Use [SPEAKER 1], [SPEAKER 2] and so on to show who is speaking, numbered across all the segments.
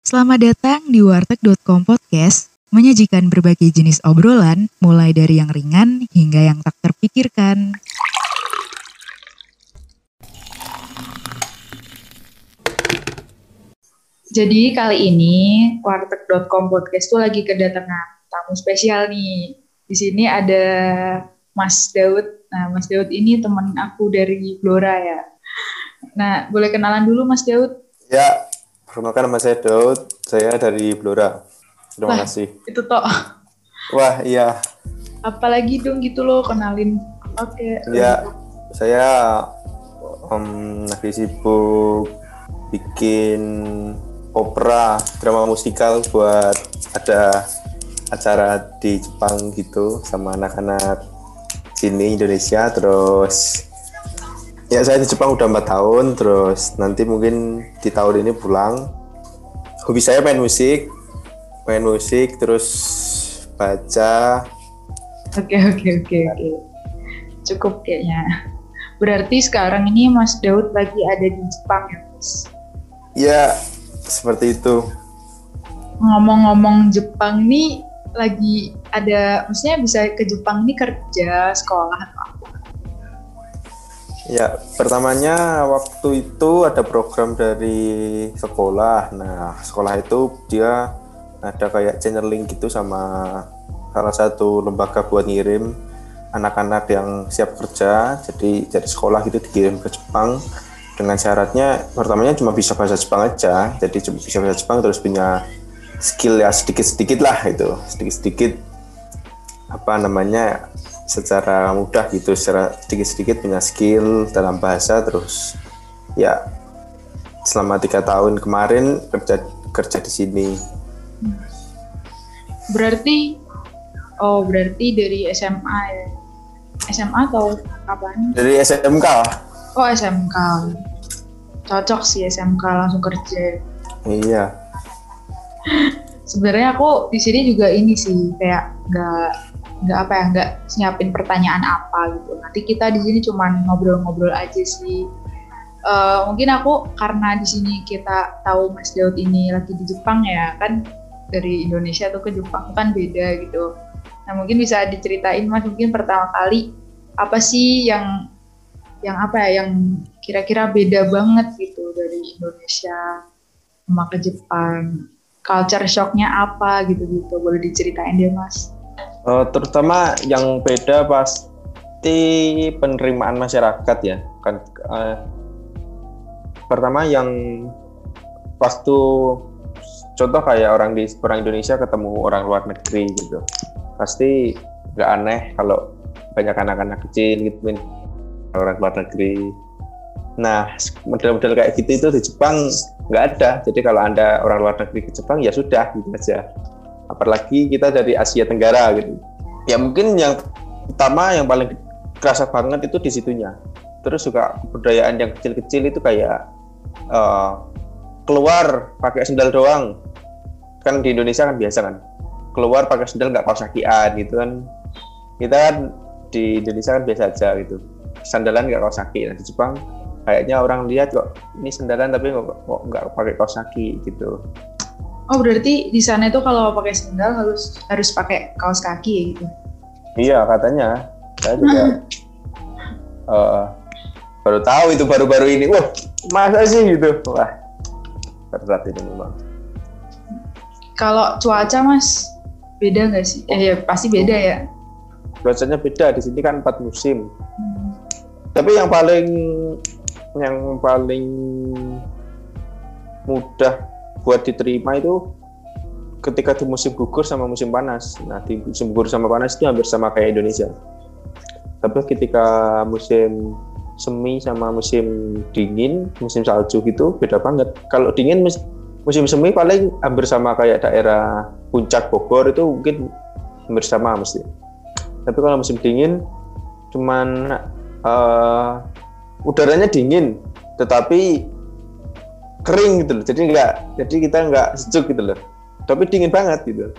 [SPEAKER 1] Selamat datang di warteg.com podcast, menyajikan berbagai jenis obrolan, mulai dari yang ringan hingga yang tak terpikirkan.
[SPEAKER 2] Jadi kali ini warteg.com podcast tuh lagi kedatangan tamu spesial nih. Di sini ada Mas Daud. Nah, Mas Daud ini teman aku dari Blora ya. Nah, boleh kenalan dulu Mas Daud?
[SPEAKER 3] Ya, perkenalkan nama saya Daud. Saya dari Blora. Terima kasih.
[SPEAKER 2] Itu toh.
[SPEAKER 3] Wah, iya.
[SPEAKER 2] Apalagi dong gitu loh, kenalin. Oke.
[SPEAKER 3] Ya, saya lagi sibuk bikin opera, drama musikal buat ada acara di Jepang gitu sama anak-anak sini Indonesia. Terus ya saya di Jepang udah 4 tahun, terus nanti mungkin di tahun ini pulang. Hobi saya main musik terus baca.
[SPEAKER 2] Oke. Cukup kayaknya. Berarti sekarang ini Mas Daud lagi ada di Jepang ya, Mas?
[SPEAKER 3] Ya, seperti itu.
[SPEAKER 2] Ngomong-ngomong Jepang nih lagi ada, maksudnya bisa ke Jepang ini kerja, sekolah atau apa?
[SPEAKER 3] Ya, pertamanya waktu itu ada program dari sekolah. Nah, sekolah itu dia ada kayak channeling gitu sama salah satu lembaga buat ngirim anak-anak yang siap kerja. Jadi dari sekolah gitu dikirim ke Jepang dengan syaratnya pertamanya cuma bisa bahasa Jepang aja. Jadi cuma bisa bahasa Jepang terus punya skill ya sedikit-sedikit lah itu. Sedikit-sedikit secara mudah gitu, secara sedikit-sedikit punya skill dalam bahasa. Terus ya selama 3 tahun kemarin kerja di sini.
[SPEAKER 2] Berarti dari SMA ya? SMA atau kapan?
[SPEAKER 3] Dari SMK.
[SPEAKER 2] Oh, SMK. Cocok sih SMK langsung kerja.
[SPEAKER 3] Iya.
[SPEAKER 2] Sebenarnya aku di sini juga ini sih kayak nggak nyiapin pertanyaan apa gitu. Nanti kita di sini cuman ngobrol-ngobrol aja sih. Mungkin aku karena di sini kita tahu Mas Daud ini lagi di Jepang ya, kan dari Indonesia tuh ke Jepang kan beda gitu. Nah, mungkin bisa diceritain Mas, mungkin pertama kali apa sih yang kira-kira beda banget gitu dari Indonesia sama ke Jepang. Culture shock-nya apa gitu-gitu, boleh diceritain deh Mas.
[SPEAKER 3] Terutama yang beda pasti penerimaan masyarakat ya kan. Pertama yang waktu contoh kayak orang Indonesia ketemu orang luar negeri gitu, pasti nggak aneh kalau banyak anak-anak kecil gitu orang luar negeri. Nah, model-model kayak gitu itu di Jepang nggak ada. Jadi kalau Anda orang luar negeri ke Jepang ya sudah gitu aja. Apalagi kita dari Asia Tenggara gitu. Ya mungkin yang utama yang paling kerasa banget itu di situnya. Terus juga kebudayaan yang kecil-kecil itu kayak keluar pakai sendal doang. Kan di Indonesia kan biasa kan. Keluar pakai sendal nggak kaos kakian gitu kan. Kita kan di Indonesia kan biasa aja gitu. Sandalan nggak kaos kaki. Nah, di Jepang kayaknya orang lihat kok ini sandalan tapi kok nggak pakai kaos kaki gitu.
[SPEAKER 2] Oh, berarti di sana itu kalau pakai sandal harus pakai kaos kaki ya gitu?
[SPEAKER 3] Iya, katanya. Saya juga baru tahu itu baru-baru ini. Wah, masa sih gitu? Wah, berat ini memang.
[SPEAKER 2] Kalau cuaca Mas, beda nggak sih? Ya pasti beda ya.
[SPEAKER 3] Cuacanya beda, di sini kan 4 musim. Tapi yang paling mudah buat diterima itu ketika di musim gugur sama musim panas. Nah, di musim gugur sama panas itu hampir sama kayak Indonesia. Tapi ketika musim semi sama musim dingin, musim salju gitu beda banget. Kalau dingin musim semi paling hampir sama kayak daerah Puncak Bogor itu mungkin hampir sama mesti. Tapi kalau musim dingin cuman udaranya dingin tetapi kering gitu loh. Jadi kita nggak sejuk gitu loh. Tapi dingin banget gitu.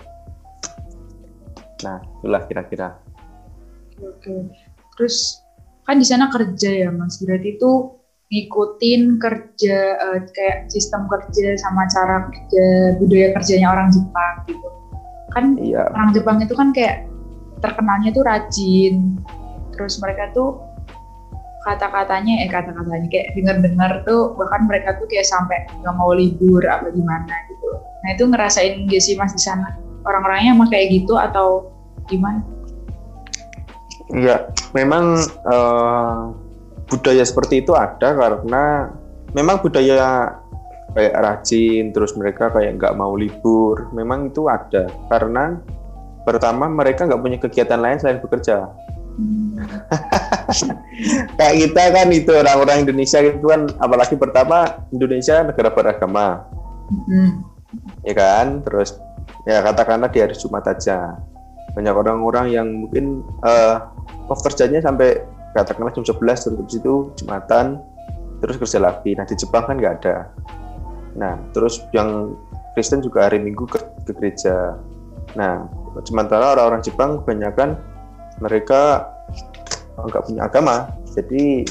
[SPEAKER 3] Nah, itulah kira-kira.
[SPEAKER 2] Oke. Terus kan di sana kerja ya Mas. Berarti itu ngikutin kerja kayak sistem kerja sama cara kerja budaya kerjanya orang Jepang gitu kan.
[SPEAKER 3] Iya.
[SPEAKER 2] Orang Jepang itu kan kayak terkenalnya tuh rajin, terus mereka tuh kata-katanya kayak dengar-dengar tuh bahkan mereka tuh kayak sampai nggak mau libur apa gimana gitu. Nah itu ngerasain gak sih Mas di sana orang-orangnya emang kayak gitu atau gimana?
[SPEAKER 3] Iya, memang budaya seperti itu ada karena memang budaya kayak rajin terus mereka kayak nggak mau libur memang itu ada karena pertama mereka nggak punya kegiatan lain selain bekerja. Kayak kita kan itu orang-orang Indonesia itu kan apalagi pertama Indonesia negara beragama, ya kan, terus ya katakanlah di hari Jumat aja banyak orang-orang yang mungkin kerjanya sampai katakanlah jam 11 terus itu Jumatan terus kerja lagi. Nah di Jepang kan nggak ada. Nah terus yang Kristen juga hari Minggu ke gereja. Nah sementara orang-orang Jepang kebanyakan mereka nggak punya agama, jadi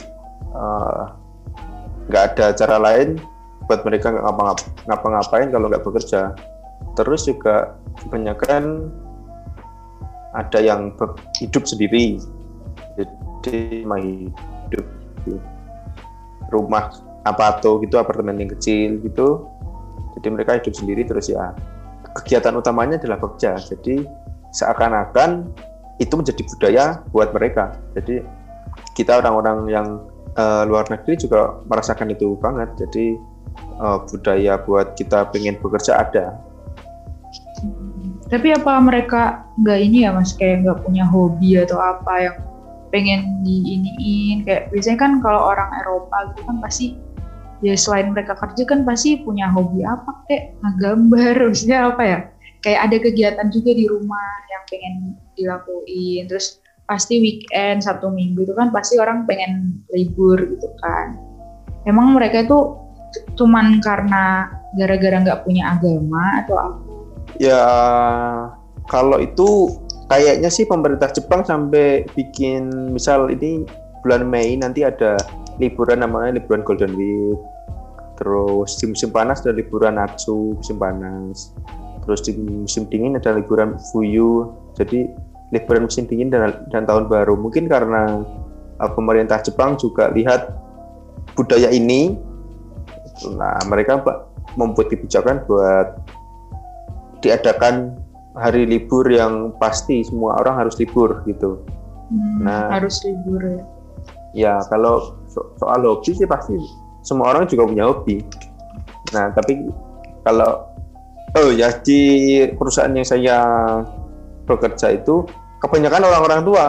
[SPEAKER 3] nggak ada cara lain buat mereka nggak ngapa-ngapain kalau nggak bekerja. Terus juga kebanyakan ada yang hidup sendiri, jadi hidup di rumah apartemen yang kecil gitu. Jadi mereka hidup sendiri terus ya kegiatan utamanya adalah bekerja. Jadi seakan-akan itu menjadi budaya buat mereka. Jadi kita orang-orang yang luar negeri juga merasakan itu banget. Jadi budaya buat kita pengen bekerja ada.
[SPEAKER 2] Tapi apa mereka nggak ini ya Mas, kayak nggak punya hobi atau apa yang pengen diiniin? Kayak biasanya kan kalau orang Eropa gitu kan pasti ya selain mereka kerja kan pasti punya hobi apa kayak ngegambar, maksudnya apa ya? Kayak ada kegiatan juga di rumah yang pengen dilakuin. Terus pasti weekend, Sabtu Minggu itu kan pasti orang pengen libur gitu kan. Emang mereka itu cuman karena gara-gara nggak punya agama atau apa?
[SPEAKER 3] Ya kalau itu kayaknya sih pemerintah Jepang sampai bikin misal ini bulan Mei nanti ada liburan namanya liburan Golden Week. Terus di musim panas ada liburan Natsu, musim panas. Terus di musim dingin ada liburan Fuyu, jadi liburan musim dingin dan tahun baru. Mungkin karena pemerintah Jepang juga lihat budaya ini, nah mereka membuat kebijakan buat diadakan hari libur yang pasti semua orang harus libur gitu. Nah
[SPEAKER 2] harus libur ya.
[SPEAKER 3] Ya kalau soal hobi sih pasti semua orang juga punya hobi. Nah tapi kalau di perusahaan yang saya bekerja itu kebanyakan orang-orang tua.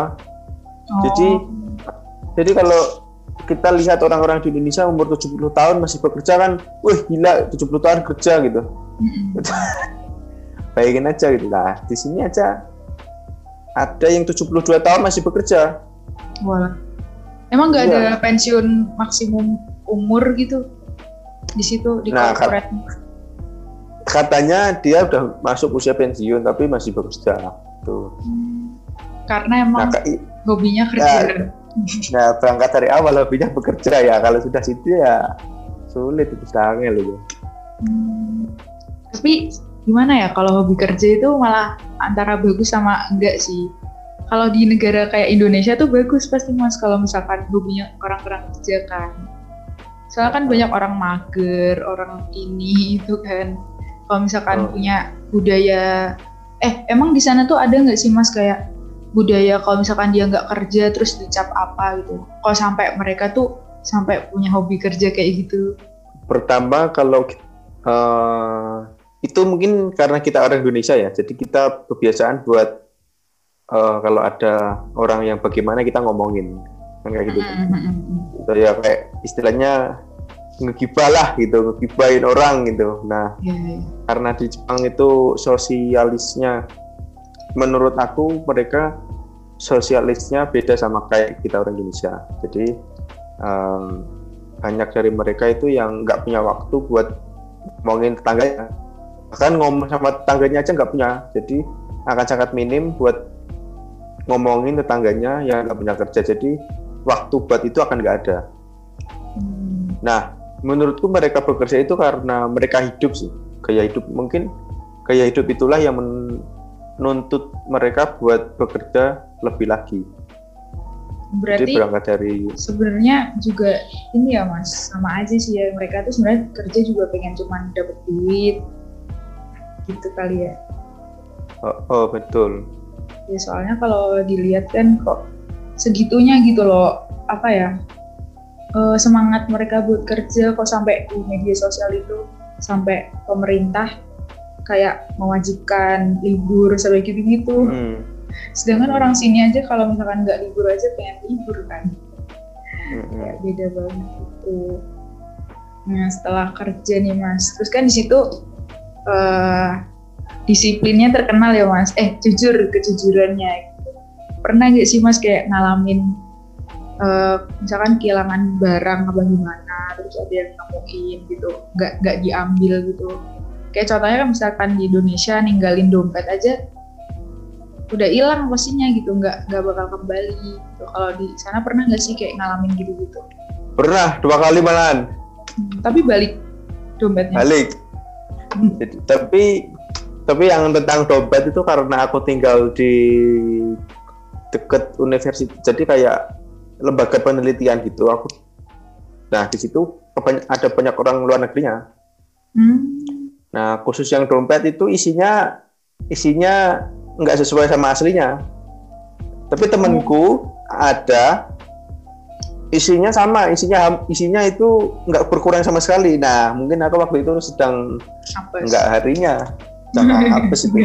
[SPEAKER 3] Jadi kalau kita lihat orang-orang di Indonesia umur 70 tahun masih bekerja kan, wih gila 70 tahun kerja gitu. Bayangin aja gitu lah. Di sini aja ada yang 72 tahun masih bekerja.
[SPEAKER 2] Wah. Emang nggak ada pensiun maksimum umur gitu di situ di korporat?
[SPEAKER 3] Katanya dia udah masuk usia pensiun tapi masih bekerja tuh.
[SPEAKER 2] Karena emang hobinya kerja.
[SPEAKER 3] Nah berangkat dari awal hobinya bekerja ya, kalau sudah situ ya sulit itu sangat loh.
[SPEAKER 2] Tapi gimana ya kalau hobi kerja itu malah antara bagus sama enggak sih. Kalau di negara kayak Indonesia tuh bagus pasti Mas kalau misalkan hobinya orang-orang kerja kan. Soalnya kan banyak orang mager, orang ini itu kan. Kalau misalkan punya budaya, emang di sana tuh ada nggak sih Mas kayak budaya kalau misalkan dia nggak kerja terus dicap apa gitu? Kalau sampai mereka tuh sampai punya hobi kerja kayak gitu?
[SPEAKER 3] Pertama kalau itu mungkin karena kita orang Indonesia ya, jadi kita kebiasaan buat kalau ada orang yang bagaimana kita ngomongin kayak gitu. Ya kayak istilahnya ngegibah lah gitu, ngegibahin orang gitu. Nah, karena di Jepang itu sosialisnya, menurut aku mereka sosialisnya beda sama kayak kita orang Indonesia. Jadi banyak dari mereka itu yang nggak punya waktu buat ngomongin tetangganya. Bahkan ngomong sama tetangganya aja nggak punya. Jadi akan sangat minim buat ngomongin tetangganya yang nggak punya kerja. Jadi waktu buat itu akan nggak ada. Nah, menurutku mereka bekerja itu karena mereka hidup sih. Gaya hidup itulah yang menuntut mereka buat bekerja lebih lagi.
[SPEAKER 2] Berarti
[SPEAKER 3] jadi berangkat dari
[SPEAKER 2] sebenarnya juga ini ya Mas, sama aja sih ya, mereka tuh sebenarnya kerja juga pengen cuma dapat duit gitu kali ya.
[SPEAKER 3] Oh betul.
[SPEAKER 2] Ya soalnya kalau dilihat kan kok segitunya gitu loh, apa ya, semangat mereka buat kerja kok sampai di media sosial itu sampai pemerintah kayak mewajibkan libur sampai gitu-gitu. Sedangkan orang sini aja kalau misalkan nggak libur aja pengen libur kan. Ya beda banget itu. Nah setelah kerja nih Mas, terus kan di situ disiplinnya terkenal ya Mas. Kejujurannya. Pernah nggak sih Mas kayak ngalamin misalkan kehilangan barang apa gimana, terus ada yang nemuin gitu, nggak diambil gitu. Kayak contohnya kan misalkan di Indonesia ninggalin dompet aja udah hilang pastinya gitu, nggak bakal kembali gitu. Kalau di sana pernah nggak sih kayak ngalamin gitu?
[SPEAKER 3] Pernah 2 kali malahan.
[SPEAKER 2] Tapi balik dompetnya.
[SPEAKER 3] Balik. Jadi, tapi yang tentang dompet itu karena aku tinggal di deket universitas, jadi kayak lembaga penelitian gitu. Nah di situ ada banyak orang luar negerinya. Nah khusus yang dompet itu isinya nggak sesuai sama aslinya. Tapi temanku ada isinya sama, isinya itu nggak berkurang sama sekali. Nah mungkin aku waktu itu sedang nggak harinya sama habis itu.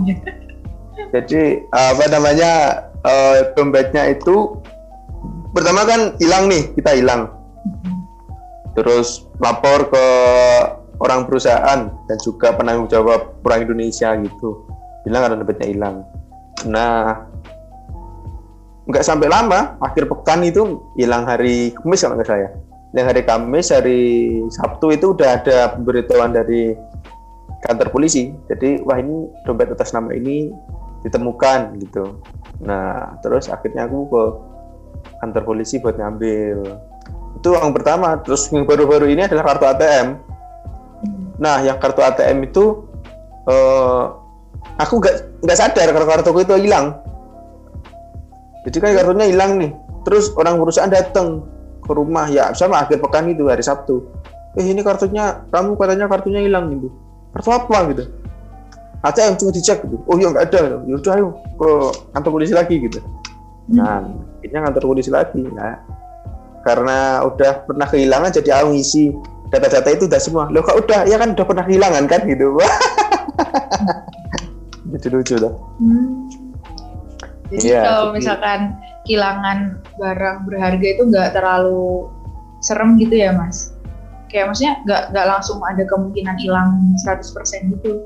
[SPEAKER 3] Jadi dompetnya itu pertama kan hilang nih, kita hilang. Terus lapor ke orang perusahaan dan juga penanggung jawab orang Indonesia gitu. Hilang karena dompetnya hilang. Nah, nggak sampai lama, akhir pekan itu hilang hari Kamis kalau nggak salah. Yang hari Kamis, hari Sabtu itu udah ada pemberitahuan dari kantor polisi. Jadi, wah ini dompet atas nama ini ditemukan gitu. Nah, terus akhirnya aku ke kantor polisi buat ngambil. Itu yang pertama. Terus yang baru-baru ini adalah kartu ATM. Nah, yang kartu ATM itu aku nggak sadar kalau kartuku itu hilang. Jadi kan kartunya hilang nih. Terus orang perusahaan datang ke rumah ya sama akhir pekan itu hari Sabtu. Ini kartunya, kamu katanya kartunya hilang gitu. Kartu apa gitu? ATM coba dicek gitu. Oh iya nggak ada. Ya udah ayo ke kantor polisi lagi gitu. Nah, akhirnya kantor polisi lagi. Nah, karena udah pernah kehilangan jadi aku ngisi data-data itu udah semua. Loh kok udah? Ya kan udah pernah kehilangan kan gitu. Jadi lucu dah.
[SPEAKER 2] Jadi kalau misalkan kehilangan barang berharga itu nggak terlalu serem gitu ya Mas? Kayak maksudnya nggak langsung ada kemungkinan hilang 100% gitu?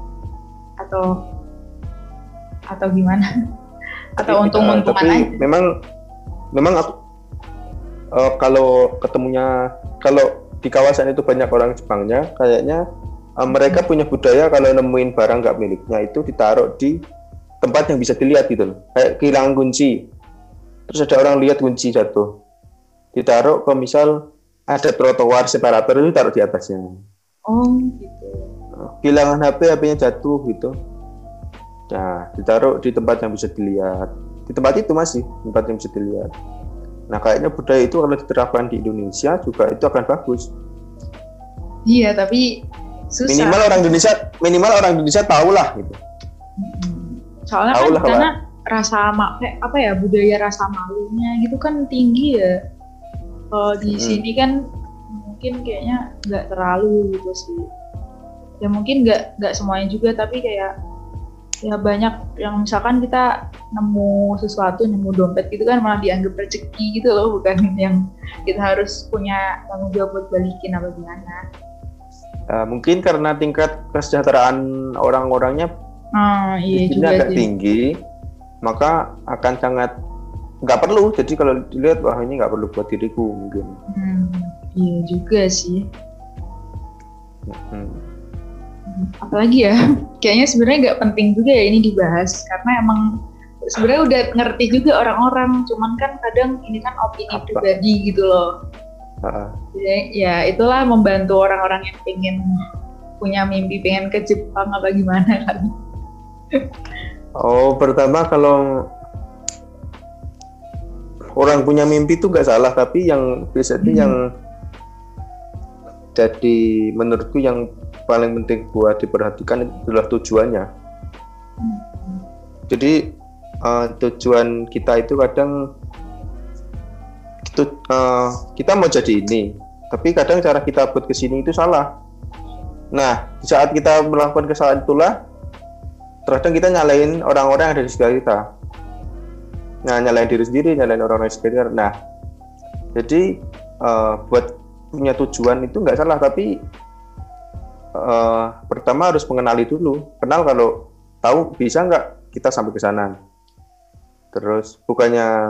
[SPEAKER 2] Atau gimana? Atau untung-untungan aja?
[SPEAKER 3] Memang aku kalau di kawasan itu banyak orang Jepangnya, kayaknya mereka punya budaya kalau nemuin barang nggak miliknya itu ditaruh di tempat yang bisa dilihat gitu loh. Kayak kehilangan kunci, terus ada orang lihat kunci jatuh, ditaruh ke misal ada trotoar separator itu taruh di atasnya.
[SPEAKER 2] Oh gitu.
[SPEAKER 3] Kehilangan HP-nya jatuh gitu. Nah, ditaruh di tempat yang bisa dilihat. Di tempat itu masih tempat yang bisa dilihat. Nah, kayaknya budaya itu kalau diterapkan di Indonesia juga itu akan bagus.
[SPEAKER 2] Iya, tapi susah.
[SPEAKER 3] Minimal orang Indonesia tahu lah gitu.
[SPEAKER 2] Soalnya kan karena budaya rasa malunya gitu kan tinggi ya. Kalau di sini kan mungkin kayaknya nggak terlalu gitu sih. Ya mungkin nggak semuanya juga, tapi kayak ya banyak yang misalkan kita nemu dompet gitu kan malah dianggap rezeki gitu loh, bukan yang kita harus punya tanggung jawab buat balikin apa gimana.
[SPEAKER 3] Mungkin karena tingkat kesejahteraan orang-orangnya agak tinggi, maka akan sangat nggak perlu. Jadi kalau dilihat wah ini nggak perlu buat diriku mungkin.
[SPEAKER 2] Iya juga sih. Apalagi ya, kayaknya sebenarnya nggak penting juga ya ini dibahas karena emang sebenarnya udah ngerti juga orang-orang, cuman kan kadang ini kan opini pribadi gitu loh. Jadi, ya itulah membantu orang-orang yang pengen punya mimpi pengen ke Jepang apa gimana kan.
[SPEAKER 3] Oh, pertama kalau orang punya mimpi itu nggak salah, tapi yang biasanya yang jadi menurutku yang paling penting buat diperhatikan adalah tujuannya. Jadi tujuan kita itu kadang kita mau jadi ini, tapi kadang cara kita buat kesini itu salah. Nah, di saat kita melakukan kesalahan itulah terkadang kita nyalain orang-orang yang ada di sekitar kita. Nah, nyalain diri sendiri, nyalain orang-orang di sekitar. Nah, jadi buat punya tujuan itu nggak salah, tapi pertama harus mengenali dulu. Kenal kalau tahu bisa nggak kita sampai ke sana. Terus bukannya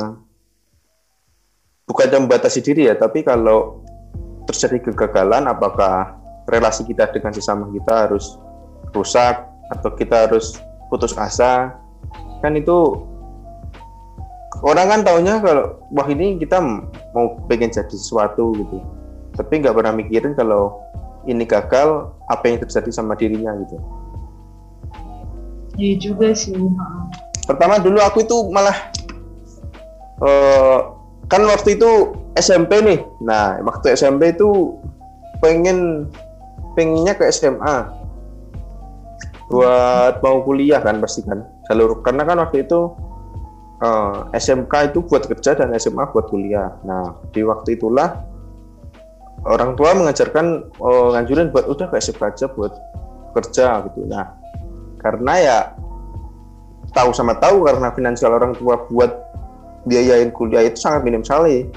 [SPEAKER 3] membatasi diri ya, tapi kalau terjadi kegagalan, apakah relasi kita dengan sesama kita harus rusak atau kita harus putus asa? Kan itu orang kan taunya kalau wah ini kita mau pengen jadi sesuatu gitu, tapi nggak pernah mikirin kalau ini gagal apa yang terjadi sama dirinya gitu.
[SPEAKER 2] Iya juga sih.
[SPEAKER 3] Pertama dulu aku itu malah kan waktu itu SMP nih. Nah waktu SMP itu pengennya ke SMA buat mau kuliah kan pasti kan jalur, karena kan waktu itu SMK itu buat kerja dan SMA buat kuliah. Nah di waktu itulah orang tua mengajarkan nganjurin buat udah ke SMK aja buat kerja gitu. Nah karena ya tahu karena finansial orang tua buat biayain kuliah itu sangat minim sekali.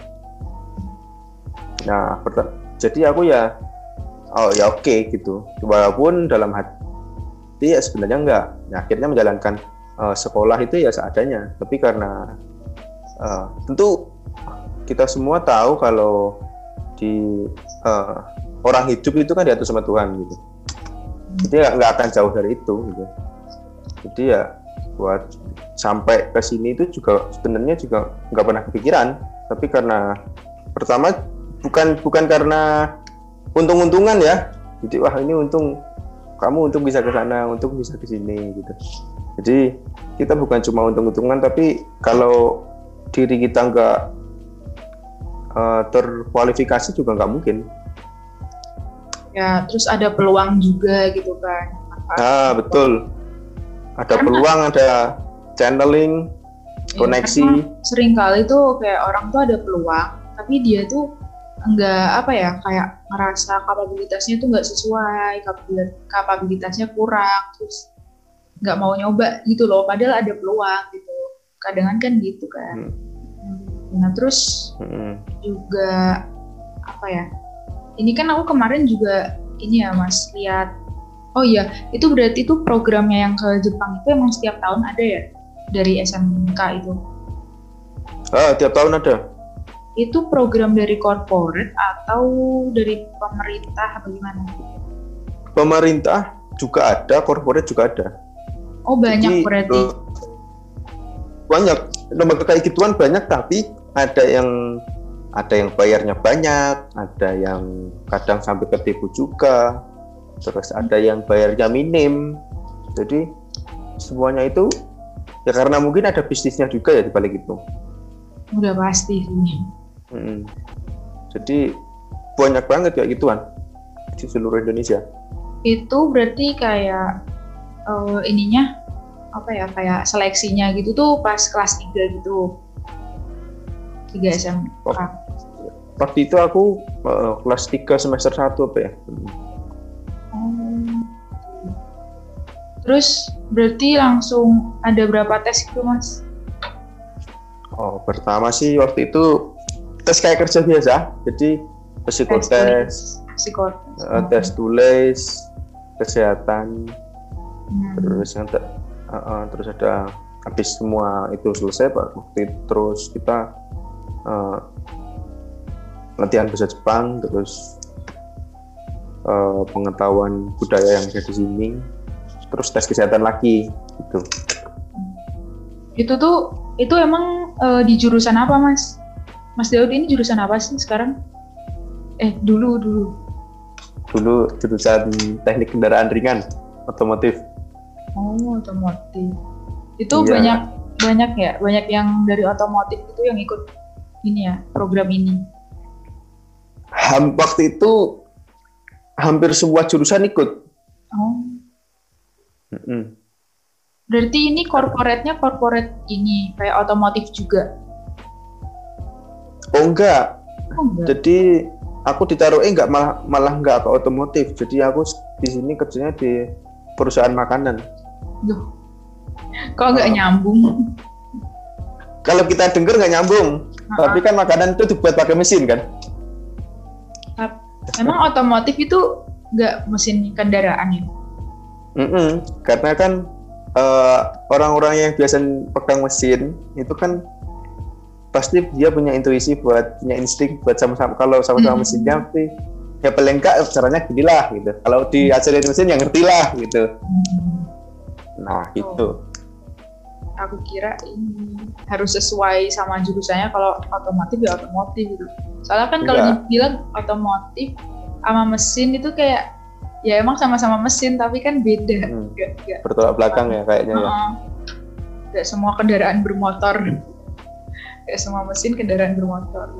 [SPEAKER 3] Nah jadi aku ya oke gitu, walaupun dalam hati ya sebenarnya enggak. Nah, akhirnya menjalankan sekolah itu ya seadanya, tapi karena tentu kita semua tahu kalau di orang hidup itu kan diatur sama Tuhan gitu, jadi nggak akan jauh dari itu gitu. Jadi ya buat sampai ke sini itu juga sebenarnya juga nggak pernah kepikiran, tapi karena pertama bukan karena untung-untungan ya, jadi wah ini kamu untung bisa ke sana, untung bisa ke sini gitu. Jadi kita bukan cuma untung-untungan, tapi kalau diri kita nggak terkualifikasi juga nggak mungkin.
[SPEAKER 2] Ya terus ada peluang juga gitu kan.
[SPEAKER 3] Betul. Ada peluang, ada channeling, koneksi.
[SPEAKER 2] Sering kali tuh kayak orang tuh ada peluang, tapi dia tuh enggak kayak ngerasa kapabilitasnya tuh nggak sesuai, kapabilitasnya kurang, terus nggak mau nyoba gitu loh, padahal ada peluang gitu. Kadang kan gitu kan. Nah terus juga ini kan aku kemarin juga ini ya Mas lihat. Oh iya, itu berarti itu programnya yang ke Jepang itu emang setiap tahun ada ya dari SMK itu?
[SPEAKER 3] Tiap tahun ada.
[SPEAKER 2] Itu program dari corporate atau dari pemerintah apa gimana?
[SPEAKER 3] Pemerintah juga ada, corporate juga ada.
[SPEAKER 2] Oh banyak. Jadi, berarti?
[SPEAKER 3] Banyak, lembaga kayak gituan banyak, tapi ada yang bayarnya banyak, ada yang kadang sampai ketipu juga. Terus ada yang bayarnya minim. Jadi semuanya itu ya karena mungkin ada bisnisnya juga ya di balik itu.
[SPEAKER 2] Udah pasti sih.
[SPEAKER 3] Jadi banyak banget kayak gituan di seluruh Indonesia.
[SPEAKER 2] Itu berarti kayak kayak seleksinya gitu tuh pas kelas 3 gitu. 3 SMK.
[SPEAKER 3] Waktu itu aku kelas 3 semester 1 apa ya.
[SPEAKER 2] Terus berarti langsung ada berapa tes gitu Mas?
[SPEAKER 3] Pertama sih waktu itu tes kayak kerja biasa, jadi psikotes, tes tulis, kesehatan, terus terus ada habis semua itu selesai Pak. Terus kita latihan bahasa Jepang, terus pengetahuan budaya yang ada di sini, terus tes kesehatan lagi gitu.
[SPEAKER 2] Itu emang di jurusan apa Mas? Mas Daud ini jurusan apa sih sekarang? Dulu.
[SPEAKER 3] Dulu jurusan teknik kendaraan ringan, otomotif.
[SPEAKER 2] Oh, otomotif. Itu
[SPEAKER 3] Iya.
[SPEAKER 2] banyak ya, banyak yang dari otomotif itu yang ikut ini ya, program ini.
[SPEAKER 3] Waktu itu hampir semua jurusan ikut.
[SPEAKER 2] Oh,
[SPEAKER 3] Mm-mm.
[SPEAKER 2] berarti ini corporate-nya corporate ini kayak otomotif juga.
[SPEAKER 3] Oh enggak,
[SPEAKER 2] Oh enggak.
[SPEAKER 3] jadi aku ditaruh enggak malah enggak ke otomotif. Jadi aku di sini kerjanya di perusahaan makanan.
[SPEAKER 2] Duh. Kok nggak nyambung?
[SPEAKER 3] Kalau kita dengar nggak nyambung, tapi kan makanan itu dibuat pakai mesin kan?
[SPEAKER 2] Emang otomotif itu nggak mesin kendaraan ya?
[SPEAKER 3] Karena kan orang-orang yang biasa pegang mesin itu kan pasti dia punya intuisi punya insting buat sama-sama. Kalau sama-sama mesinnya pasti ya paling enggak caranya gini lah gitu. Kalau diajarin mesin ya ngerti lah gitu. Nah gitu.
[SPEAKER 2] Aku kira ini harus sesuai sama jurusannya, kalau otomotif ya otomotif gitu. Soalnya kan kalau dibilang otomotif sama mesin itu kayak ya emang sama-sama mesin tapi kan beda. Gak
[SPEAKER 3] bertolak belakang ya kayaknya ya.
[SPEAKER 2] Gak semua kendaraan bermotor. Gak semua mesin kendaraan bermotor.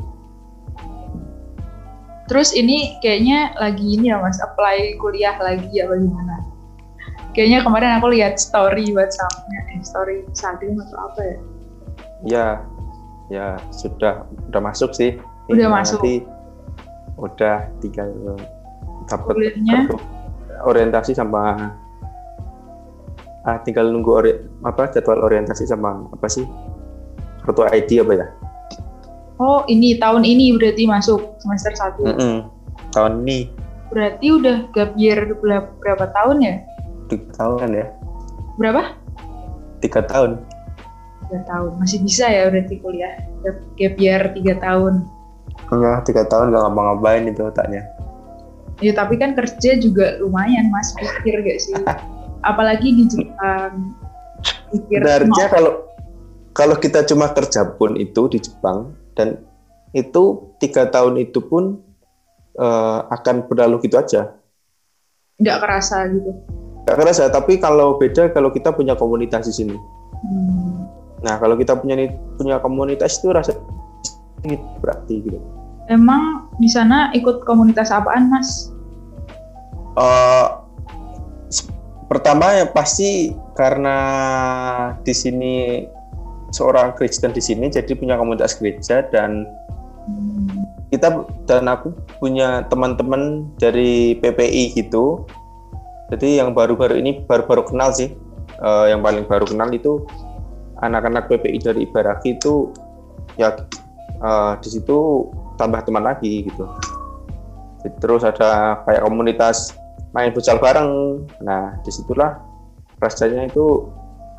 [SPEAKER 2] Terus ini kayaknya lagi ini ya Mas, apply kuliah lagi ya bagaimana? Kayaknya kemarin aku lihat story WhatsApp-nya, story Instagram atau apa ya? Ya
[SPEAKER 3] sudah masuk sih.
[SPEAKER 2] Udah masuk.
[SPEAKER 3] Nanti udah tinggal dapat
[SPEAKER 2] kuliahnya
[SPEAKER 3] orientasi sama tinggal nunggu jadwal orientasi sama apa sih? Kartu ID apa ya?
[SPEAKER 2] Oh, ini tahun ini berarti masuk semester 1.
[SPEAKER 3] Tahun ini.
[SPEAKER 2] Berarti udah gap year berapa tahun ya?
[SPEAKER 3] 3 tahun kan ya?
[SPEAKER 2] Berapa?
[SPEAKER 3] 3 tahun.
[SPEAKER 2] 3 tahun. Masih bisa ya berarti kuliah. Gap year 3 tahun.
[SPEAKER 3] Enggak, 3 tahun gak ngapa-ngapain itu otaknya.
[SPEAKER 2] Ya tapi kan kerja juga lumayan Mas, pikir gak sih? Apalagi di Jepang.
[SPEAKER 3] Sebenarnya kalau kita cuma kerja pun itu di Jepang, dan itu 3 tahun itu pun akan berlalu gitu aja.
[SPEAKER 2] Nggak kerasa gitu?
[SPEAKER 3] Nggak kerasa, tapi kalau beda kalau kita punya komunitas di sini. Nah kalau kita punya komunitas itu rasanya berarti gitu.
[SPEAKER 2] Emang di sana ikut komunitas apaan Mas?
[SPEAKER 3] Pertama ya pasti karena di sini seorang Kristen di sini, jadi punya komunitas gereja, dan aku punya teman-teman dari PPI gitu. Jadi yang baru-baru ini baru kenal sih, yang paling baru kenal itu anak-anak PPI dari Ibaraki itu ya, di situ tambah teman lagi gitu. Terus ada kayak komunitas main futsal bareng. Nah disitulah rasanya itu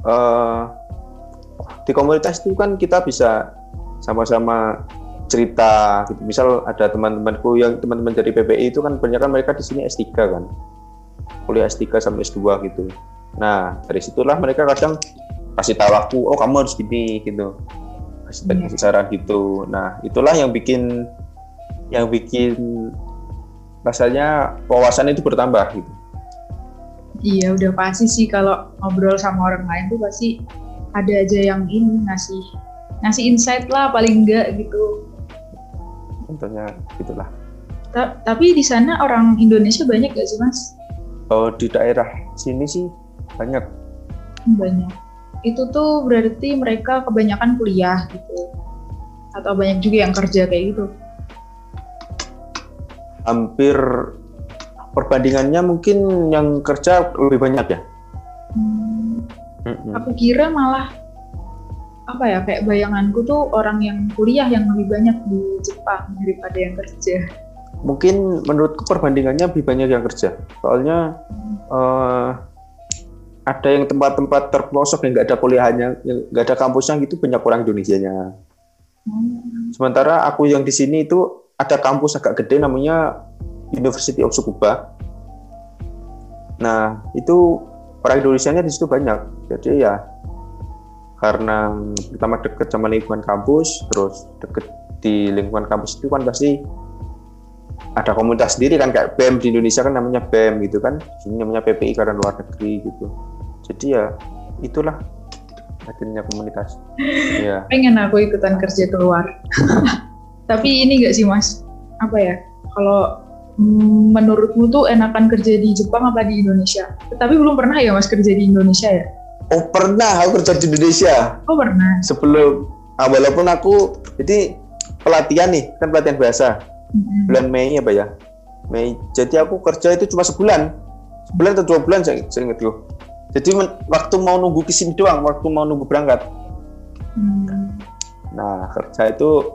[SPEAKER 3] di komunitas itu kan kita bisa sama-sama cerita gitu. Misal ada teman-temanku yang teman-teman dari PPI itu kan banyak kan mereka di sini S3 kan, kuliah S3 sampai S2 gitu. Nah dari situlah mereka kadang kasih tahu aku, oh kamu harus gini gitu, kasih saran gitu. Nah itulah yang bikin rasanya wawasan itu bertambah gitu.
[SPEAKER 2] Iya udah pasti sih, kalau ngobrol sama orang lain tuh pasti ada aja yang ini ngasih insight lah paling enggak gitu.
[SPEAKER 3] Contohnya gitulah.
[SPEAKER 2] Tapi di sana orang Indonesia banyak gak sih Mas?
[SPEAKER 3] Oh di daerah sini sih banyak.
[SPEAKER 2] Banyak. Itu tuh berarti mereka kebanyakan kuliah gitu, atau banyak juga yang kerja kayak gitu?
[SPEAKER 3] Hampir perbandingannya mungkin yang kerja lebih banyak ya.
[SPEAKER 2] Aku kira malah kayak bayanganku tuh orang yang kuliah yang lebih banyak di Jepang daripada yang kerja.
[SPEAKER 3] Mungkin menurutku perbandingannya lebih banyak yang kerja. Soalnya ada yang tempat-tempat terpelosok yang nggak ada kuliahnya, yang nggak ada kampusnya gitu, banyak orang Indonesianya. Sementara aku yang di sini itu ada kampus agak gede namanya University of Tsukuba. Nah itu orang Indonesianya di situ banyak. Jadi ya karena pertama dekat sama lingkungan kampus, terus dekat di lingkungan kampus itu kan pasti ada komunitas sendiri kan, kayak BEM di Indonesia kan namanya BEM gitu kan, ini namanya PPI karena luar negeri gitu. Jadi ya itulah hadirnya komunitas. Ya.
[SPEAKER 2] Pengen aku ikutan kerja keluar. Tapi ini nggak sih Mas, apa ya, kalau menurutmu tuh enakan kerja di Jepang apa di Indonesia? Tapi belum pernah ya Mas kerja di Indonesia ya?
[SPEAKER 3] Oh pernah, aku kerja di Indonesia.
[SPEAKER 2] Oh pernah.
[SPEAKER 3] Sebelum, walaupun aku jadi pelatihan nih, kan pelatihan bahasa. Bulan Mei apa ya? Mei. Jadi aku kerja itu cuma sebulan atau 2 bulan saya ingat loh. Jadi waktu mau nunggu kesini doang, waktu mau nunggu berangkat. Nah kerja itu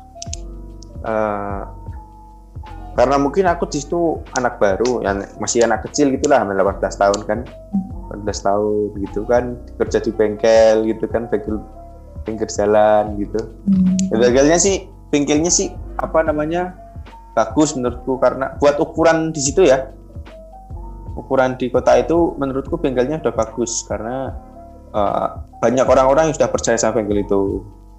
[SPEAKER 3] karena mungkin aku di situ anak baru, yang masih anak kecil gitulah, 18 tahun kan, 18 tahun gitu kan, kerja di bengkel gitu kan, bengkel jalan gitu. Bengkelnya sih apa namanya, bagus menurutku karena buat ukuran di situ ya, ukuran di kota itu menurutku bengkelnya udah bagus karena banyak orang-orang yang sudah percaya sama bengkel itu.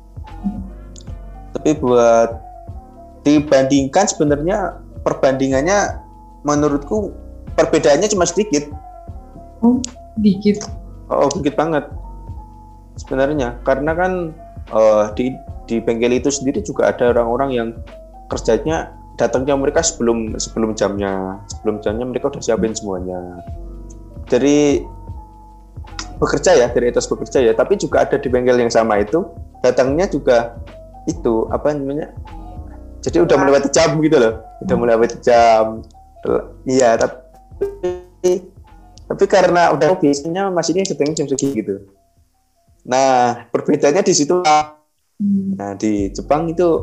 [SPEAKER 3] Tapi buat dibandingkan sebenarnya perbandingannya menurutku perbedaannya cuma sedikit.
[SPEAKER 2] Oh, dikit.
[SPEAKER 3] Oh, dikit banget sebenarnya karena kan di bengkel itu sendiri juga ada orang-orang yang kerjanya datangnya mereka sebelum jamnya mereka udah siapin semuanya. Dari atas bekerja ya, tapi juga ada di bengkel yang sama itu datangnya juga itu apa namanya? Jadi udah melewati jam gitu loh, udah melewati jam. Iya, tapi karena udah biasanya masih ini datangnya jam segini gitu. Nah, perbedaannya di situ. Nah, di Jepang itu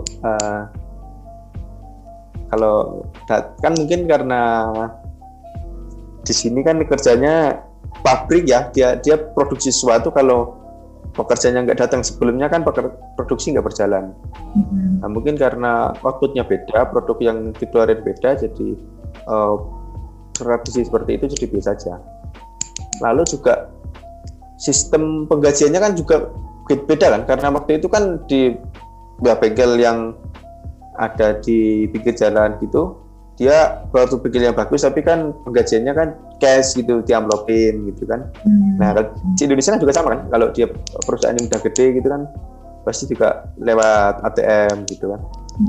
[SPEAKER 3] kalau kan mungkin karena di sini kan kerjanya pabrik ya, dia produksi sesuatu, kalau pekerjanya nggak datang sebelumnya kan produksi nggak berjalan. Nah, mungkin karena outputnya beda, produk yang dikeluarin beda, jadi tradisi seperti itu jadi biasa saja. Lalu juga sistem penggajiannya kan juga beda kan, karena waktu itu kan di bengkel yang ada di pinggir jalan gitu, dia waktu bengkel yang bagus tapi kan penggajiannya kan cash gitu, diamplopin gitu kan. Nah di Indonesia kan juga sama kan, kalau dia perusahaan yang udah gede gitu kan pasti juga lewat ATM gitu kan.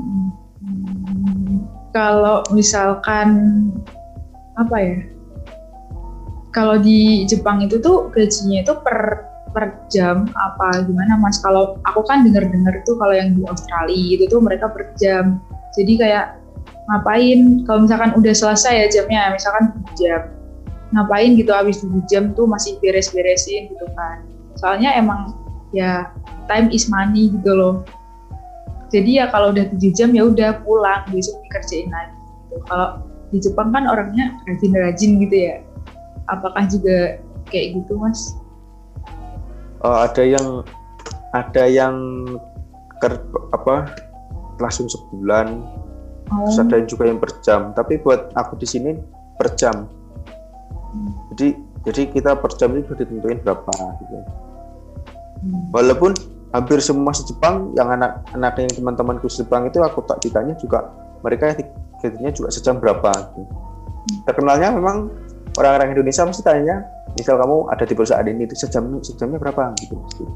[SPEAKER 2] Kalau misalkan apa ya, kalau di Jepang itu tuh gajinya itu per jam apa gimana Mas? Kalau aku kan dengar tuh kalau yang di Australia itu tuh mereka per jam. Jadi kayak ngapain kalau misalkan udah selesai ya jamnya, misalkan 7 jam. Ngapain gitu habis 7 jam tuh masih beres-beresin gitu kan. Soalnya emang ya time is money gitu loh. Jadi ya kalau udah 7 jam ya udah pulang, besok dikerjain lagi gitu. Kalau di Jepang kan orangnya rajin-rajin gitu ya. Apakah juga kayak gitu Mas?
[SPEAKER 3] Ada yang langsung sebulan, terus ada juga yang per jam. Tapi buat aku di sini per jam. Jadi kita per jam itu sudah ditentuin berapa gitu. Walaupun hampir semua se-Jepang, yang anak-anak yang teman-temanku se-Jepang itu aku tak ditanya juga mereka gajinya juga sejam berapa gitu. Terkenalnya memang orang-orang Indonesia pasti tanya, misal kamu ada di perusahaan ini, itu sejamnya berapa gitu pasti.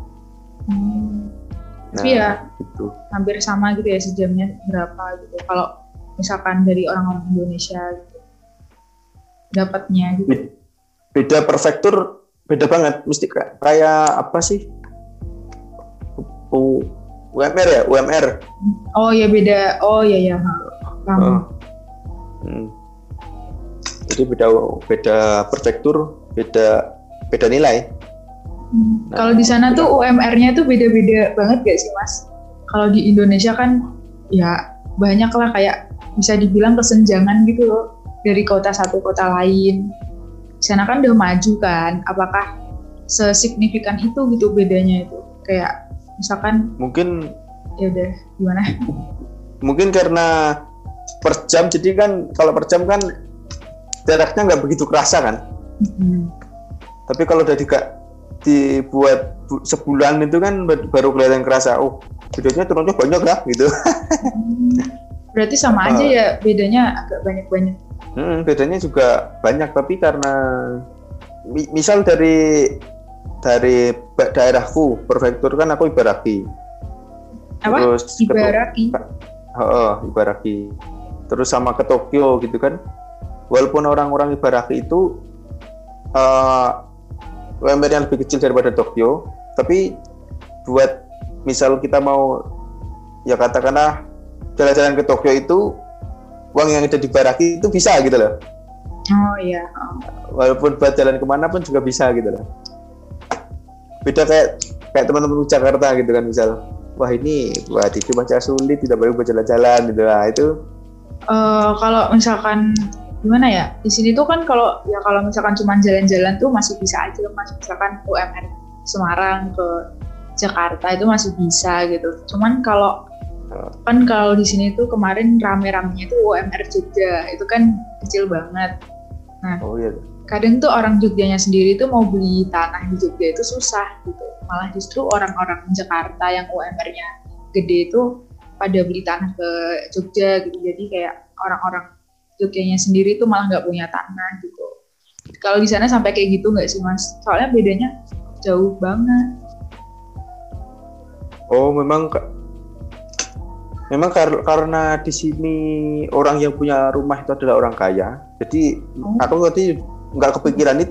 [SPEAKER 2] Tapi ya gitu. Hampir sama gitu ya sejamnya berapa gitu. Kalau misalkan dari orang-orang Indonesia gitu, dapatnya gitu.
[SPEAKER 3] Beda prefektur, beda banget. Mesti kayak apa sih? UMR ya, UMR.
[SPEAKER 2] Oh ya beda. Oh ya.
[SPEAKER 3] Jadi beda prefektur, beda nilai.
[SPEAKER 2] Nah, kalau di sana tuh UMR-nya tuh beda-beda banget gak sih Mas? Kalau di Indonesia kan ya banyak lah, kayak bisa dibilang kesenjangan gitu loh dari kota satu kota lain. Di sana kan udah maju kan, apakah sesignifikan itu gitu bedanya itu? Kayak misalkan mungkin ya udah gimana?
[SPEAKER 3] Mungkin karena per jam, jadi kan kalau per jam kan jaraknya nggak begitu kerasa kan. Tapi kalau udah dibuat sebulan itu kan baru kelihatan kerasa. Oh, videonya turunnya banyak lah gitu.
[SPEAKER 2] Berarti sama aja ya, bedanya agak banyak-banyak.
[SPEAKER 3] Bedanya juga banyak, tapi karena misal dari daerahku, prefektur kan aku Ibaraki.
[SPEAKER 2] Apa?
[SPEAKER 3] Terus
[SPEAKER 2] Ibaraki.
[SPEAKER 3] Ibaraki. Terus sama ke Tokyo gitu kan. Walaupun orang-orang Ibaraki itu UMR-nya lebih kecil daripada Tokyo, tapi buat misal kita mau ya katakanlah jalan-jalan ke Tokyo itu, uang yang ada di Ibaraki itu bisa gitu loh.
[SPEAKER 2] Oh iya.
[SPEAKER 3] Walaupun buat jalan kemana pun juga bisa gitu loh. Beda kayak teman-teman di Jakarta gitu kan, misal wah ini buat itu baca sulit, tidak boleh buat jalan-jalan gitu lah. Itu
[SPEAKER 2] kalau misalkan gimana ya, di sini tuh kan kalau misalkan cuma jalan-jalan tuh masih bisa aja, Mas. Misalkan UMR Semarang ke Jakarta itu masih bisa gitu. Cuman kalau di sini tuh kemarin rame-ramenya tuh UMR Jogja, itu kan kecil banget. Nah, kadang tuh orang Jogjanya sendiri tuh mau beli tanah di Jogja itu susah gitu. Malah justru orang-orang Jakarta yang UMR-nya gede itu pada beli tanah ke Jogja gitu. Jadi kayak orang-orang Jogjanya sendiri tuh malah nggak punya tanah gitu. Kalau di sana sampai kayak gitu nggak sih, Mas? Soalnya bedanya jauh banget.
[SPEAKER 3] Oh, memang karena di sini orang yang punya rumah itu adalah orang kaya. Jadi aku tadi nggak kepikiran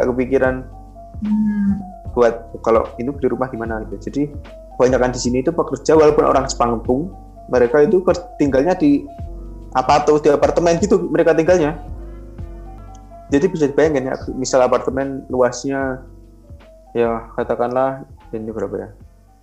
[SPEAKER 3] buat kalau ini beli rumah di mana gitu. Jadi kebanyakan di sini itu pekerja, walaupun orang Jepang-Jepang, mereka itu tinggalnya di apartemen gitu mereka tinggalnya. Jadi bisa dibayangkan ya, misal apartemen luasnya ya katakanlah ini berapa ya?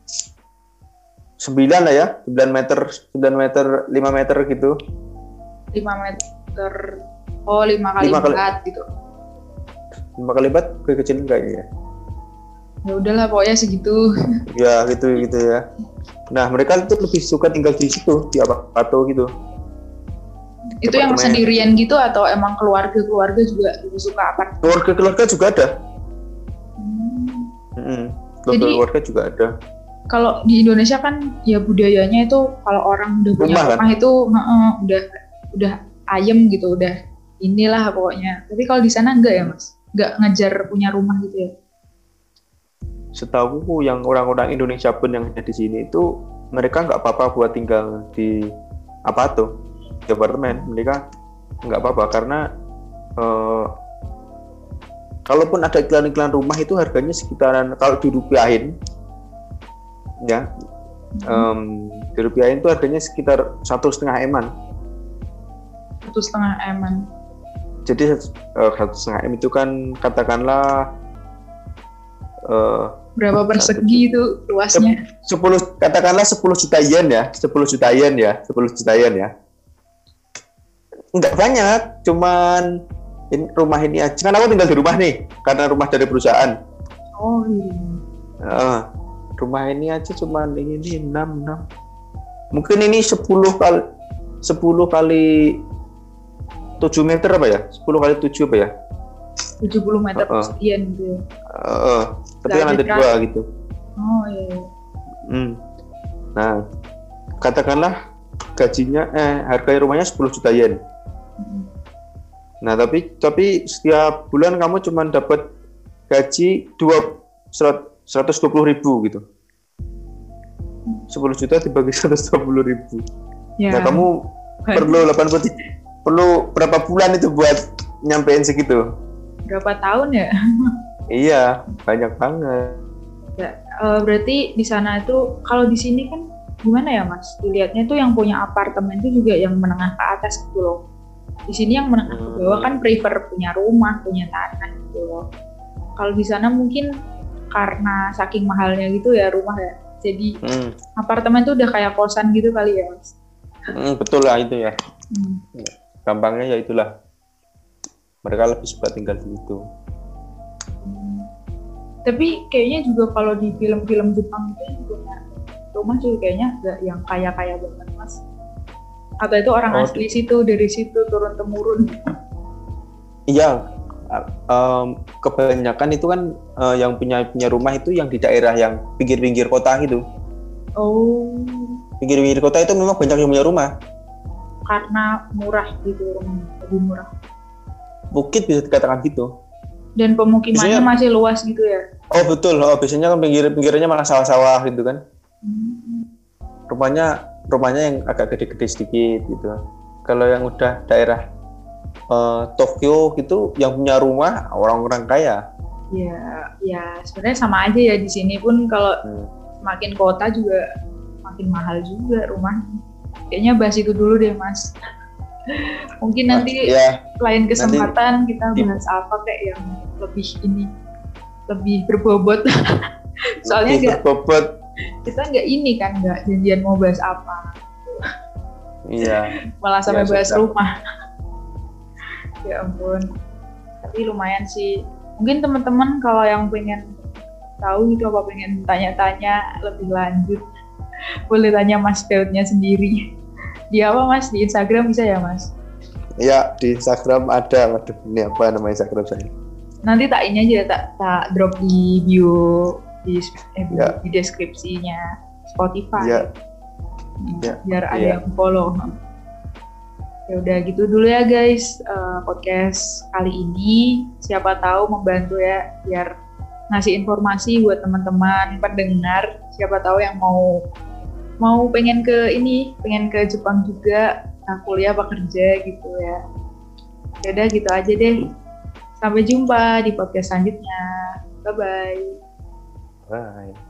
[SPEAKER 3] 9 lah ya, 9 meter, 5 meter gitu.
[SPEAKER 2] 5 meter, 5 kali 4 gitu.
[SPEAKER 3] 5 kali 4 kecil kayaknya ya.
[SPEAKER 2] Ya udahlah pokoknya segitu.
[SPEAKER 3] Ya gitu ya. Nah mereka itu lebih suka tinggal di situ, di apartemen gitu.
[SPEAKER 2] Itu yang sendirian gitu atau emang keluarga juga lebih suka apartemen?
[SPEAKER 3] Keluarga juga ada. Keluarga juga ada.
[SPEAKER 2] Kalau di Indonesia kan ya budayanya itu kalau orang udah punya rumah kan? Itu udah ayem gitu, udah inilah pokoknya. Tapi kalau di sana enggak ya, Mas? Enggak ngejar punya rumah gitu ya?
[SPEAKER 3] Setahuku yang orang-orang Indonesia pun yang ada di sini itu mereka nggak apa-apa buat tinggal di apartemen. Mereka nggak apa-apa karena kalaupun ada iklan-iklan rumah itu harganya sekitaran, kalau dirupiahin ya, dirupiahin itu harganya sekitar 1,5 eman.
[SPEAKER 2] 1,5 eman.
[SPEAKER 3] Jadi 1,5 em itu kan katakanlah
[SPEAKER 2] berapa persegi itu luasnya?
[SPEAKER 3] 10 katakanlah 10 juta yen ya. Enggak banyak, cuman rumah ini aja. Kan aku tinggal di rumah nih, karena rumah dari perusahaan.
[SPEAKER 2] Oh iya.
[SPEAKER 3] Rumah ini aja cuman ini 6. Mungkin ini 10 kali 7 meter apa ya? 10 kali 7 apa ya?
[SPEAKER 2] 70 meter sekian gitu.
[SPEAKER 3] Tapi yang ada 2 gitu.
[SPEAKER 2] Oh iya.
[SPEAKER 3] Nah, katakanlah gajinya harga rumahnya 10 juta yen. Nah, tapi setiap bulan kamu cuma dapat gaji 120.000 gitu. 10 juta dibagi 120.000. Ya. Nah, kamu perlu berapa bulan itu buat nyampein segitu?
[SPEAKER 2] Berapa tahun ya?
[SPEAKER 3] Iya, banyak banget.
[SPEAKER 2] Ya, berarti di sana itu, kalau di sini kan gimana ya, Mas? Dilihatnya tuh yang punya apartemen itu juga yang menengah ke atas gitu loh. Di sini yang menengah ke bawah kan prefer punya rumah, punya tanah gitu loh. Kalau di sana mungkin karena saking mahalnya gitu ya rumah ya. Jadi apartemen tuh udah kayak kosan gitu kali ya, Mas?
[SPEAKER 3] Betul lah itu ya. Gampangnya ya itulah. Mereka lebih suka tinggal di situ.
[SPEAKER 2] Tapi kayaknya juga kalau di film-film Jepang itu juga rumah juga kayaknya nggak yang kaya-kaya banget, Mas. Atau itu orang asli situ, dari situ turun-temurun?
[SPEAKER 3] Iya, kebanyakan itu kan yang punya rumah itu yang di daerah yang pinggir-pinggir kota gitu.
[SPEAKER 2] Oh.
[SPEAKER 3] Pinggir-pinggir kota itu memang banyak yang punya rumah.
[SPEAKER 2] karena murah gitu, lebih murah.
[SPEAKER 3] Bukit bisa dikatakan gitu.
[SPEAKER 2] Dan pemukimannya
[SPEAKER 3] Biasanya,
[SPEAKER 2] masih luas gitu ya.
[SPEAKER 3] oh betul, biasanya kan pinggirnya malah sawah-sawah gitu kan. Rumahnya yang agak gede-gede sedikit gitu. Kalau yang udah daerah Tokyo gitu, yang punya rumah orang-orang kaya.
[SPEAKER 2] Ya sebenarnya sama aja ya, di sini pun kalau semakin kota juga makin mahal juga rumah. Kayaknya bahas itu dulu deh Mas. Mungkin nanti lain kesempatan kita bahas apa kayak yang lebih berbobot. Soalnya kita nggak ini kan, nggak janjian mau bahas apa.
[SPEAKER 3] Iya.
[SPEAKER 2] Malah sampai bahas rumah. Ya ampun. Tapi lumayan sih. Mungkin teman-teman kalau yang pengen tahu gitu, apa pengen tanya-tanya lebih lanjut, boleh tanya Mas Feudnya sendiri. Di apa Mas? Di Instagram bisa ya Mas?
[SPEAKER 3] Iya, di Instagram ada. Waduh, ini apa nama Instagram saya?
[SPEAKER 2] Nanti tak ini aja, tak drop di bio, di deskripsinya Spotify.
[SPEAKER 3] Iya.
[SPEAKER 2] Biar ada yang follow. Ya udah gitu dulu ya guys, podcast kali ini siapa tahu membantu ya, biar ngasih informasi buat teman-teman pendengar, siapa tahu yang mau pengen ke Jepang juga, kuliah apa kerja gitu ya. Ya udah gitu aja deh. Sampai jumpa di podcast selanjutnya. Bye.